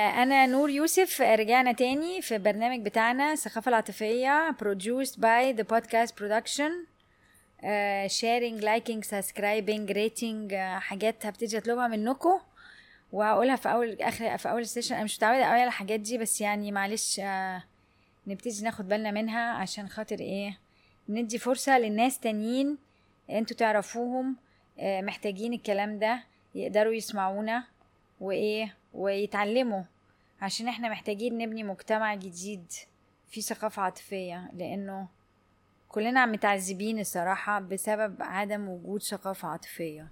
أنا نور يوسف. رجعنا تاني في برنامج بتاعنا ثقافة العاطفية produced by the podcast production. sharing, liking, subscribing, rating، حاجات هبتدي أطلبها منكم وهقولها في أول السيشن. أنا مش متعودة قوي على الحاجات دي، بس يعني معلش نبتدي ناخد بالنا منها عشان خاطر ندي فرصة للناس تانيين انتوا تعرفوهم محتاجين الكلام ده، يقدروا يسمعونا ويتعلموا، عشان احنا محتاجين نبني مجتمع جديد فيه ثقافة عاطفية، لانه كلنا عم متعذبين الصراحة بسبب عدم وجود ثقافة عاطفية.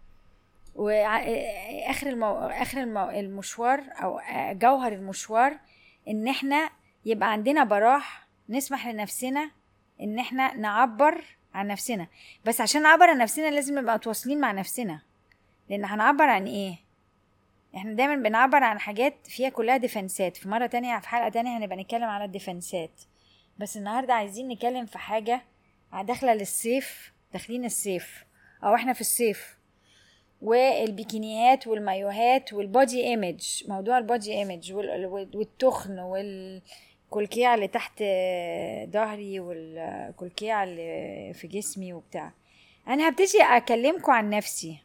واخر المشوار او جوهر المشوار ان احنا يبقى عندنا براح نسمح لنفسنا ان احنا نعبر عن نفسنا. بس عشان نعبر عن نفسنا لازم نبقى متواصلين مع نفسنا، لان هنعبر عن ايه؟ احنا دايما بنعبر عن حاجات فيها كلها ديفنسات. في مرة تانية في حلقة تانية هنبقى نتكلم على الديفنسات، بس النهاردة عايزين نتكلم في حاجة داخلة للصيف، داخلين الصيف او احنا في الصيف، والبيكينيات والمايوهات والبودي ايمج. موضوع البودي ايمج والتخن والكلكيع اللي تحت ظهري والكلكيع اللي في جسمي وبتاع. انا هبتدي اكلمكم عن نفسي.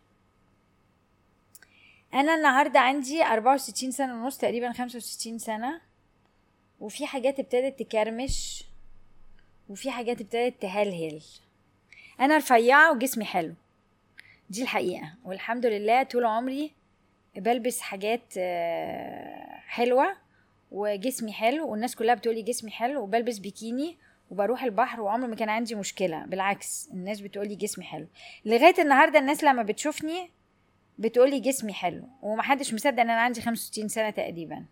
انا النهاردة عندي 64 سنة ونص، تقريبا 65 سنة، وفي حاجات ابتدت تكرمش وفي حاجات ابتدت تهلهل. انا رفيعة وجسمي حلو، دي الحقيقة، والحمد لله طول عمري بلبس حاجات حلوة وجسمي حلو، والناس كلها بتقولي جسمي حلو، وبلبس بيكيني وبروح البحر وعمري ما كان عندي مشكلة. بالعكس، الناس بتقولي جسمي حلو لغاية النهاردة. الناس لما بتشوفني بتقولي جسمي حلو، ومحدش مصدق ان انا عندي 65 سنة تقريبا.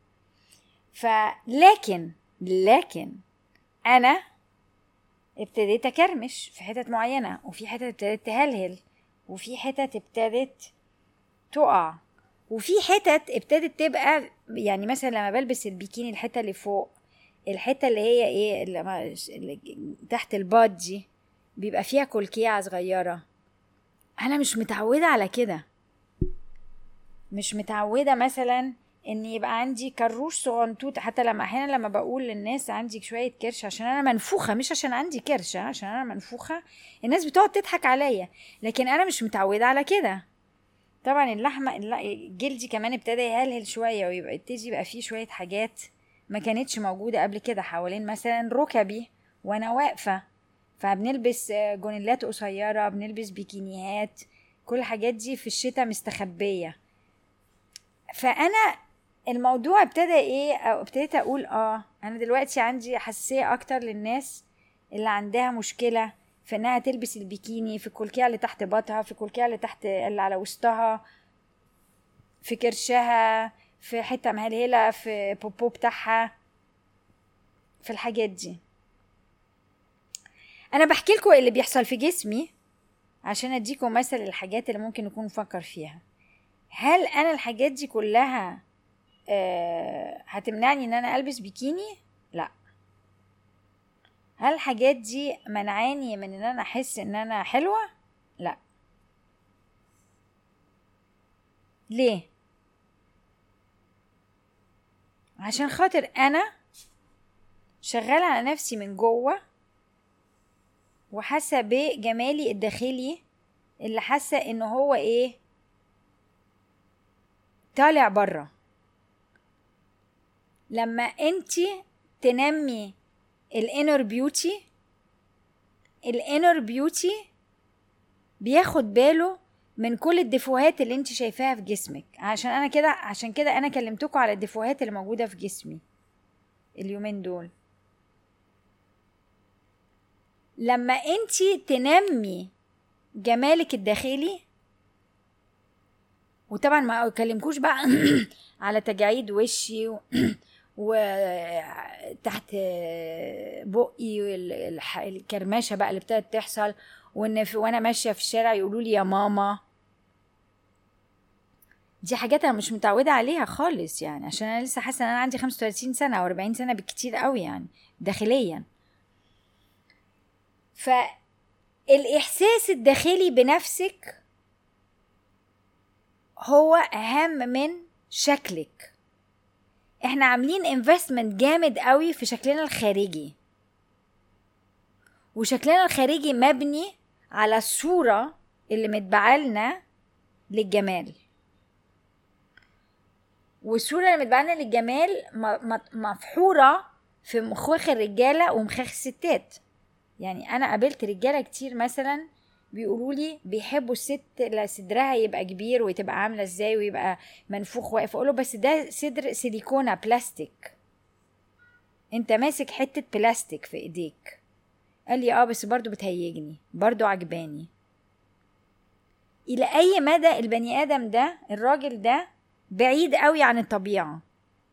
لكن انا ابتديت اكرمش في حتت معينة، وفي حتت ابتدت تهلهل، وفي حتت ابتدت تقع، وفي حتت ابتدت تبقى يعني مثلا لما بلبس البيكيني الحتة اللي فوق، الحتة اللي هي اللي تحت الباد دي بيبقى فيها كلكيعة صغيرة. انا مش متعودة على كده، مش متعودة مثلا ان يبقى عندي كروش صغنطوط. حتى احيانا لما بقول للناس عندي شوية كرش عشان انا منفوخة، مش عشان عندي كرش، عشان انا منفوخة، الناس بتقعد تضحك عليا، لكن انا مش متعودة على كده. طبعا جلدي كمان ابتدى يهلهل شوية، ويبقى يبقى فيه شوية حاجات ما كانتش موجودة قبل كده حوالين مثلا ركبي وانا واقفة. فبنلبس جونيلات قصيرة، بنلبس بيكينيات، كل الحاجات دي في الشتاء مستخبية. فانا الموضوع ابتدى او ابتديت اقول انا دلوقتي عندي حساسية اكتر للناس اللي عندها مشكلة في انها تلبس البيكيني، في الكلكيع اللي تحت بطها، في الكلكيع اللي تحت اللي على وسطها، في كرشها، في حتة مهلهلة، في بوبو بتاعها، في الحاجات دي. انا بحكي لكم اللي بيحصل في جسمي عشان اديكم مثل الحاجات اللي ممكن نكون نفكر فيها. هل انا الحاجات دي كلها هتمنعني ان انا البس بيكيني؟ لا. هل الحاجات دي منعاني من ان انا احس ان انا حلوة؟ لا. ليه؟ عشان خاطر انا شغالة على نفسي من جوه، وحاسة بجمالي الداخلي اللي حاسة انه هو طالع برا. لما انتي تنمي الانر بيوتي بياخد باله من كل الدفوهات اللي انتي شايفاها في جسمك. عشان كده انا كلمتكم على الدفوهات اللي موجودة في جسمي اليومين دول. لما انتي تنمي جمالك الداخلي، وطبعا ما اكلمكوش بقى على تجاعيد وشي وتحت بقي الكرماشة بقى اللي ابتدت تحصل، وانا ماشية في الشارع يقولوا لي يا ماما. دي حاجات انا مش متعودة عليها خالص، يعني عشان انا لسه حاسة ان انا عندي 35 سنة او 40 سنة بالكتير قوي يعني داخليا. فالاحساس الداخلي بنفسك هو اهم من شكلك. احنا عاملين انفستمنت جامد قوي في شكلنا الخارجي، وشكلنا الخارجي مبني على الصورة اللي متبعلنا للجمال، والصورة اللي متبعلنا للجمال مفحورة في مخاخ الرجالة ومخاخ الستات. يعني انا قابلت رجالة كتير مثلا بيقولوا لي بيحبوا الست اللي صدرها يبقى كبير وتبقى عاملة ازاي ويبقى منفوخ واقف. اقوله بس ده صدر سيليكونا بلاستيك، انت ماسك حتة بلاستيك في ايديك. قال لي بس برضو بتهيجني، برضو عجباني. الى اي مدى البني ادم ده، الراجل ده بعيد قوي عن الطبيعة.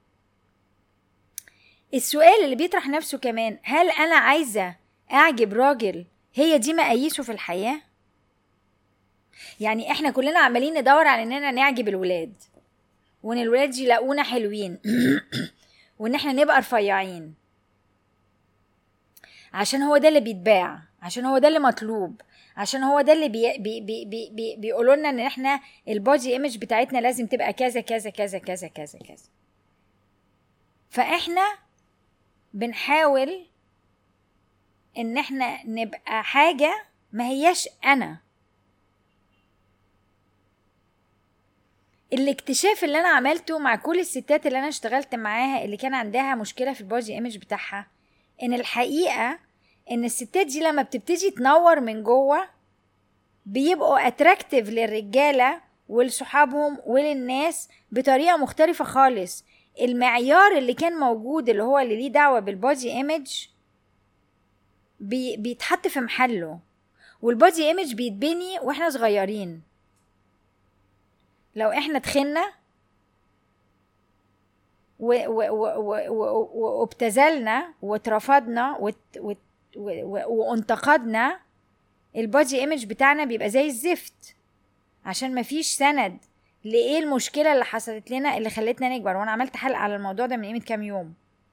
السؤال اللي بيطرح نفسه كمان، هل انا عايزة اعجب راجل هي دي مقاييسه في الحياة؟ يعني احنا كلنا عمالين ندور على اننا نعجب الولاد، وان الولاد يلاقونا حلوين وان احنا نبقى رفيعين، عشان هو ده اللي بيتباع، عشان هو ده اللي مطلوب، عشان هو ده اللي بيقولوا لنا ان احنا البودي ايمج بتاعتنا لازم تبقى كذا كذا كذا كذا كذا كذا. فاحنا بنحاول ان احنا نبقى حاجة ما هياش انا. الاكتشاف اللي انا عملته مع كل الستات اللي انا اشتغلت معاها اللي كان عندها مشكلة في البودي ايمج بتاعها، ان الحقيقة ان الستات دي لما بتبتدي تنور من جوه بيبقوا اتراكتيف للرجالة ولصحابهم وللناس بطريقة مختلفة خالص. المعيار اللي كان موجود اللي هو اللي ليه دعوة بالبودي ايمج بيتحط في محله، والبودي ايمج بيتبني واحنا صغيرين. لو احنا تخنا وابتذلنا واترفضنا وانتقدنا، البودي ايمج بتاعنا بيبقى زي الزفت، عشان مفيش سند لايه المشكله اللي حصلت لنا اللي خلتنا نكبر. وانا عملت حلقه على الموضوع ده من قيمه كام يوم.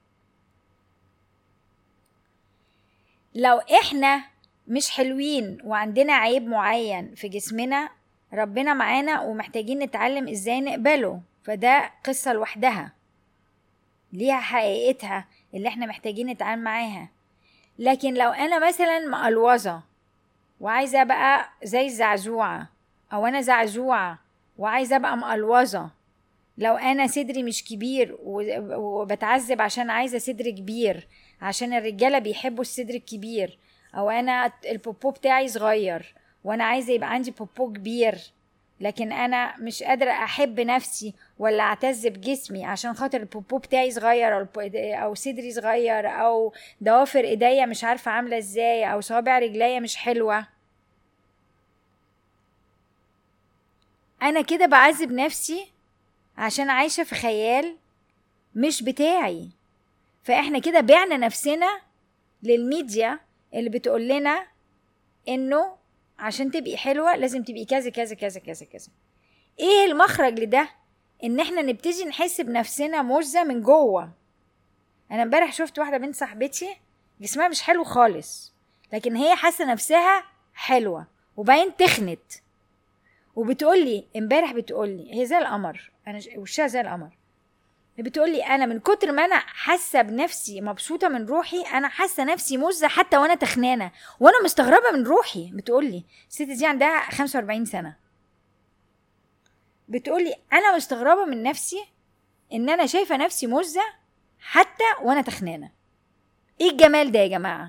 لو احنا مش حلوين وعندنا عيب معين في جسمنا، ربنا معانا ومحتاجين نتعلم ازاي نقبله، فده قصه لوحدها ليها حقيقتها اللي احنا محتاجين نتعامل معاها. لكن لو انا مثلا مقلوظه وعايزه ابقى زي الزعزوعه، او انا زعزوعه وعايزه ابقى مقلوظه، لو انا صدري مش كبير وبتعذب عشان عايزه صدر كبير عشان الرجاله بيحبوا الصدر الكبير، او انا البوبو بتاعي صغير وانا عايزه يبقى عندي بوبو كبير، لكن انا مش قادره احب نفسي ولا اعتز بجسمي عشان خاطر البوبو بتاعي صغير او صدري صغير او ضوافر ايديا مش عارفه عامله ازاي او صوابع رجليا مش حلوه، انا كده بعذب نفسي عشان عايشه في خيال مش بتاعي. فاحنا كده بعنا نفسنا للميديا اللي بتقول لنا انه عشان تبقي حلوه لازم تبقي كذا كذا كذا كذا كذا. ايه المخرج لده؟ ان احنا نبتدي نحس بنفسنا مزه من جوه. انا امبارح شفت واحده بنت صاحبتي جسمها مش حلو خالص، لكن هي حاسه نفسها حلوه وبعدين تخنت، وبتقولي امبارح بتقولي هي زي القمر، انا وشها زي القمر، بتقولي انا من كتر ما انا حاسه بنفسي مبسوطه من روحي انا حاسه نفسي مزه حتى وانا تخنانه وانا مستغربه من روحي. بتقولي الست دي عندها 45 سنه، بتقولي انا مستغربه من نفسي ان انا شايفه نفسي مزه حتى وانا تخنانه. ايه الجمال ده يا جماعه؟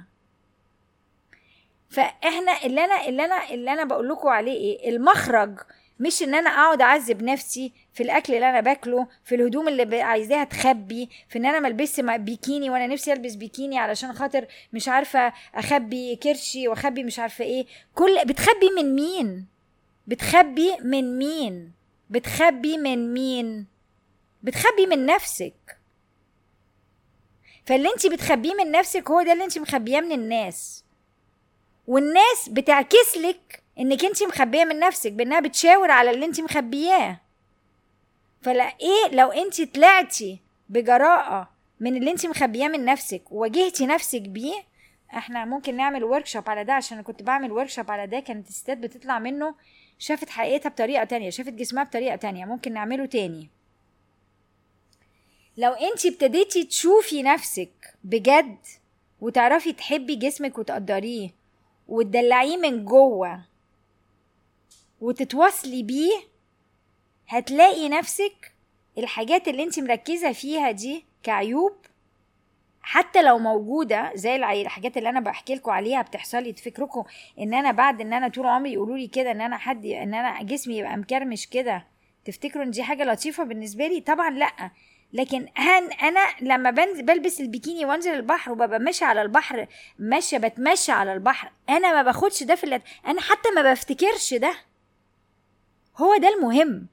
فاحنا اللي انا بقول لكم عليه ايه المخرج، مش ان انا اقعد اعذب نفسي في الاكل اللي انا باكله، في الهدوم اللي عايزاها تخبي، في ان انا ملبس بيكيني وانا نفسي البس بيكيني علشان خاطر مش عارفه اخبي كرشي واخبي مش عارفه ايه. كل بتخبي من مين؟ بتخبي من مين؟ بتخبي من مين؟ بتخبي من نفسك. فاللي انت بتخبيه من نفسك هو ده اللي انت مخبياه من الناس، والناس بتعكس لك انك انت مخبيه من نفسك بانها بتشاور على اللي انت مخبياه. فلا ايه لو انت طلعتي بجراءه من اللي انت مخبياه من نفسك وواجهتي نفسك بيه. احنا ممكن نعمل وركشوب على ده، عشان انا كنت بعمل وركشوب على ده، كانت الستات بتطلع منه شافت حقيقتها بطريقه تانية، شافت جسمها بطريقه تانية، ممكن نعمله تاني. لو انت ابتديتي تشوفي نفسك بجد وتعرفي تحبي جسمك وتقدريه وتدلعيه من جوه وتتواصلي بيه، هتلاقي نفسك الحاجات اللي انت مركزة فيها دي كعيوب حتى لو موجودة زي الحاجات اللي انا بحكي لكم عليها بتحصلي، تفكركم ان انا بعد ان انا طول عمري يقولوا لي كده ان انا جسمي يبقى مكرمش كده، تفتكروا ان دي حاجة لطيفة بالنسبة لي؟ طبعا لا. لكن انا لما بلبس البيكيني وانزل البحر وببقى ماشيه على البحر، ماشيه بتمشى على البحر، انا ما باخدش ده في انا حتى ما بفتكرش ده. هو ده المهم،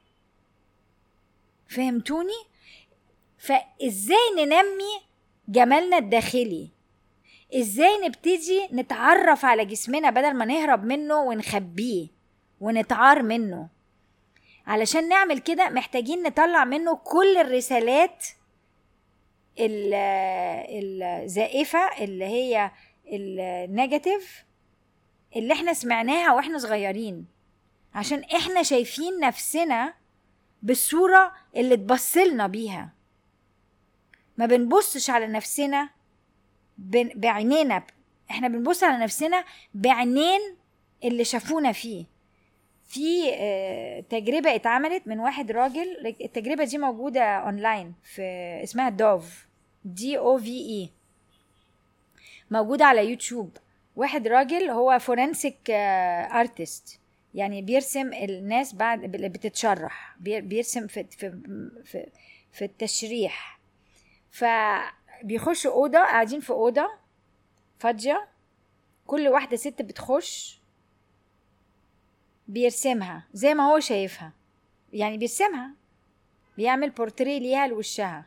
فهمتوني؟ فازاي ننمي جمالنا الداخلي؟ ازاي نبتدي نتعرف على جسمنا بدل ما نهرب منه ونخبيه ونتعار منه؟ علشان نعمل كده محتاجين نطلع منه كل الرسالات الزائفة اللي هي النيجاتيف اللي احنا سمعناها واحنا صغيرين، عشان احنا شايفين نفسنا بالصورة اللي تبصلنا بيها. ما بنبصش على نفسنا بعينينا، احنا بنبص على نفسنا بعينين اللي شافونا فيه. في تجربة اتعملت من واحد راجل، التجربة دي موجودة اونلاين في اسمها دوف DOVE، موجودة على يوتيوب. واحد راجل هو فورنسيك ارتست، يعني بيرسم الناس بعد اللي بتتشرح، بيرسم في التشريح. فبيخشوا أوضة، قاعدين في أوضة فاضية، كل واحدة ست بتخش بيرسمها زي ما هو شايفها، يعني بيرسمها، بيعمل بورتريه ليها لوشها.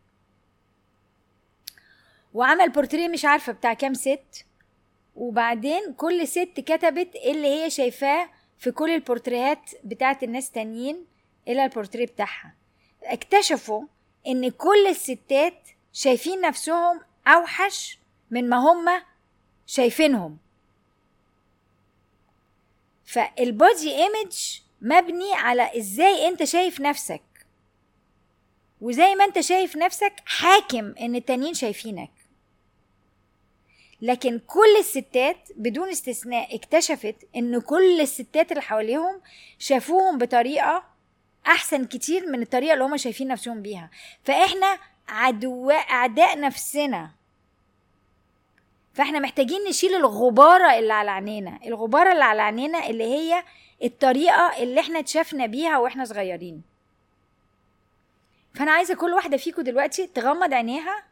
وعمل بورتريه مش عارفة بتاع كام ست، وبعدين كل ست كتبت اللي هي شايفاه في كل البورتريهات بتاعت الناس تانيين إلى البورتريه بتاعها. اكتشفوا ان كل الستات شايفين نفسهم اوحش من ما هم شايفينهم. فالبودي ايمج مبني على ازاي انت شايف نفسك، وزي ما انت شايف نفسك حاكم ان التانيين شايفينك. لكن كل الستات بدون استثناء اكتشفت ان كل الستات اللي حواليهم شافوهم بطريقة احسن كتير من الطريقة اللي هم شايفين نفسهم بيها. فاحنا اعداء نفسنا. فاحنا محتاجين نشيل الغبارة اللي على عينينا، الغبارة اللي على عينينا اللي هي الطريقة اللي احنا اتشافنا بيها واحنا صغيرين. فانا عايزة كل واحدة فيكم دلوقتي تغمض عينيها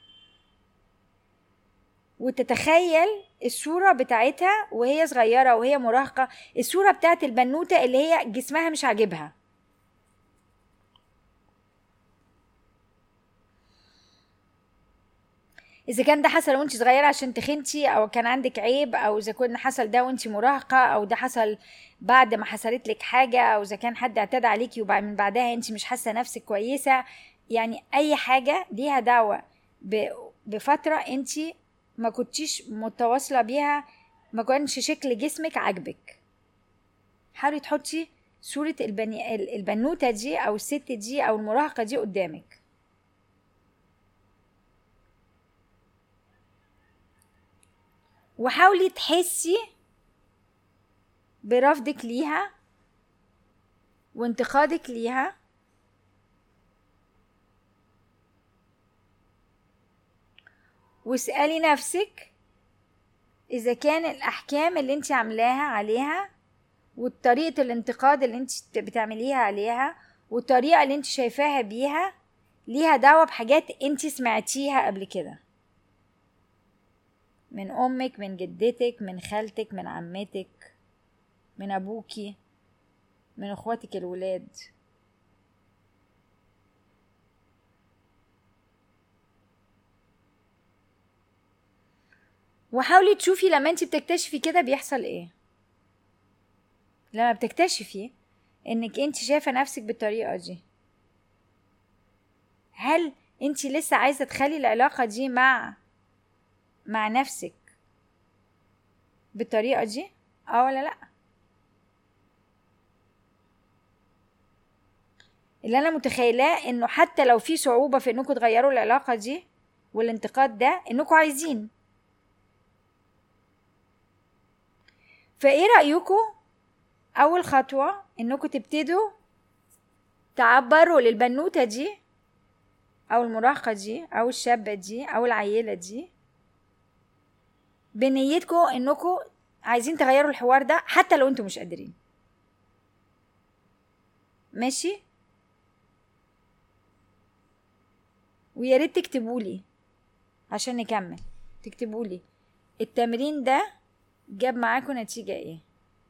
وتتخيل الصورة بتاعتها وهي صغيرة وهي مراهقة، الصورة بتاعت البنوتة اللي هي جسمها مش عاجبها. اذا كان ده حصل وانت صغيرة عشان تخنتي، او كان عندك عيب، او اذا كان حصل ده وانت مراهقة، او ده حصل بعد ما حصلت لك حاجة، او اذا كان حد اعتدى عليكي ومن بعدها انت مش حاسة نفسك كويسة. يعني اي حاجة ليها دعوة بفترة انت ما كنتيش متواصلة بيها، ما كانش شكل جسمك عاجبك. حاولي تحطي صورة البنوتة دي او الست دي او المراهقة دي قدامك، وحاولي تحسي برفضك ليها وانتقادك ليها، واسألي نفسك إذا كان الأحكام اللي انت عاملاها عليها وطريقة الانتقاد اللي انت بتعمليها عليها والطريقة اللي انت شايفاها بيها ليها دعوة بحاجات انت سمعتيها قبل كده من أمك، من جدتك، من خالتك، من عمتك، من أبوكي، من أخواتك الولاد. وحاولي تشوفي لما انت بتكتشفي كده بيحصل ايه. لما بتكتشفي انك انت شايفة نفسك بالطريقة دي، هل انت لسه عايزة تخلي العلاقة دي مع نفسك بالطريقة دي ولا لا؟ اللي انا متخيلاه انه حتى لو في صعوبة في انكم تغيروا العلاقة دي والانتقاد ده، انكم عايزين. فايه رأيكم اول خطوة انكم تبتدوا تعبروا للبنوتة دي او المراهقة دي او الشابة دي او العيلة دي بنيتكم انكم عايزين تغيروا الحوار ده حتى لو انتم مش قادرين. ماشي؟ ويا ريت تكتبولي عشان نكمل. تكتبولي التمرين ده جاب معاكم نتيجة ايه.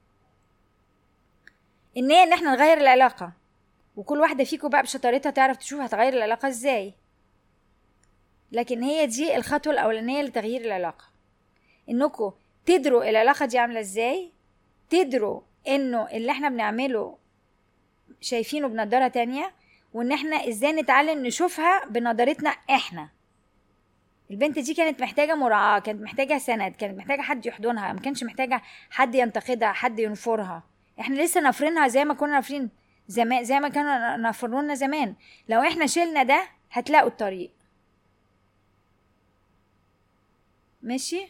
النية ان احنا نغير العلاقة، وكل واحدة فيكم بقى بشطارتها تعرف تشوف هتغير العلاقة ازاي، لكن هي دي الخطوة الاولانية لتغيير العلاقة، انكم تدروا العلاقة دي عاملة ازاي، تدروا انه اللي احنا بنعمله شايفينه بنظارة تانية، وان احنا ازاي نتعلم نشوفها بنظرتنا احنا. البنت دي كانت محتاجة مراعاة، كانت محتاجة سند، كانت محتاجة حد يحضنها، ما كانش محتاجة حد ينتقدها، حد ينفرها. احنا لسه نافرينها زي ما كنا نافرين زمان، زي ما كانوا نافرونا زمان. لو احنا شلنا ده هتلاقوا الطريق. ماشي؟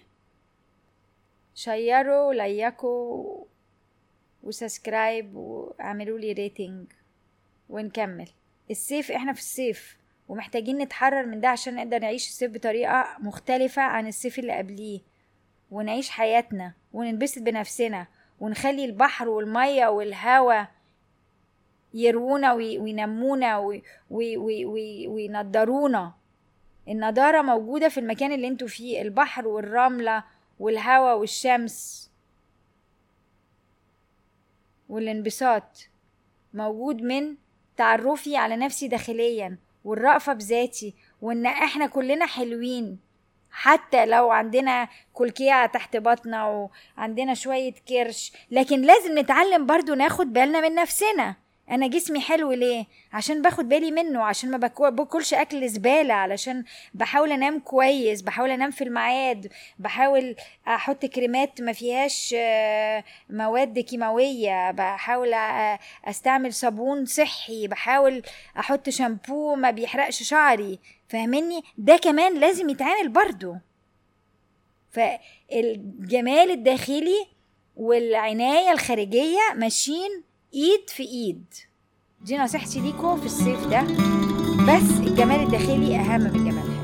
شيروا لايكوا وسبسكرايب واعملوا لي ريتنج ونكمل. الصيف، احنا في الصيف ومحتاجين نتحرر من ده عشان نقدر نعيش الصيف بطريقة مختلفة عن الصيف اللي قبليه، ونعيش حياتنا وننبسط بنفسنا، ونخلي البحر والمية والهواء يرونا وينمونا وينضرونا. النضارة موجودة في المكان اللي انتوا فيه، البحر والرملة والهواء والشمس والانبساط موجود من تعرفي على نفسي داخليا والرأفة بذاتي، وان احنا كلنا حلوين حتى لو عندنا كلكيعة تحت بطننا وعندنا شوية كرش، لكن لازم نتعلم برضو ناخد بالنا من نفسنا. انا جسمي حلو ليه؟ عشان باخد بالي منه، عشان ما باكلش اكل زبالة، علشان بحاول انام كويس، بحاول انام في الميعاد، بحاول احط كريمات ما فيهاش مواد كيماوية، بحاول استعمل صابون صحي، بحاول احط شامبو ما بيحرقش شعري. فاهمني؟ ده كمان لازم يتعامل برضو. فالجمال الداخلي والعناية الخارجية ماشيين ايد في ايد. دي نصيحتي ليكم في الصيف ده، بس الجمال الداخلي اهم من الجمال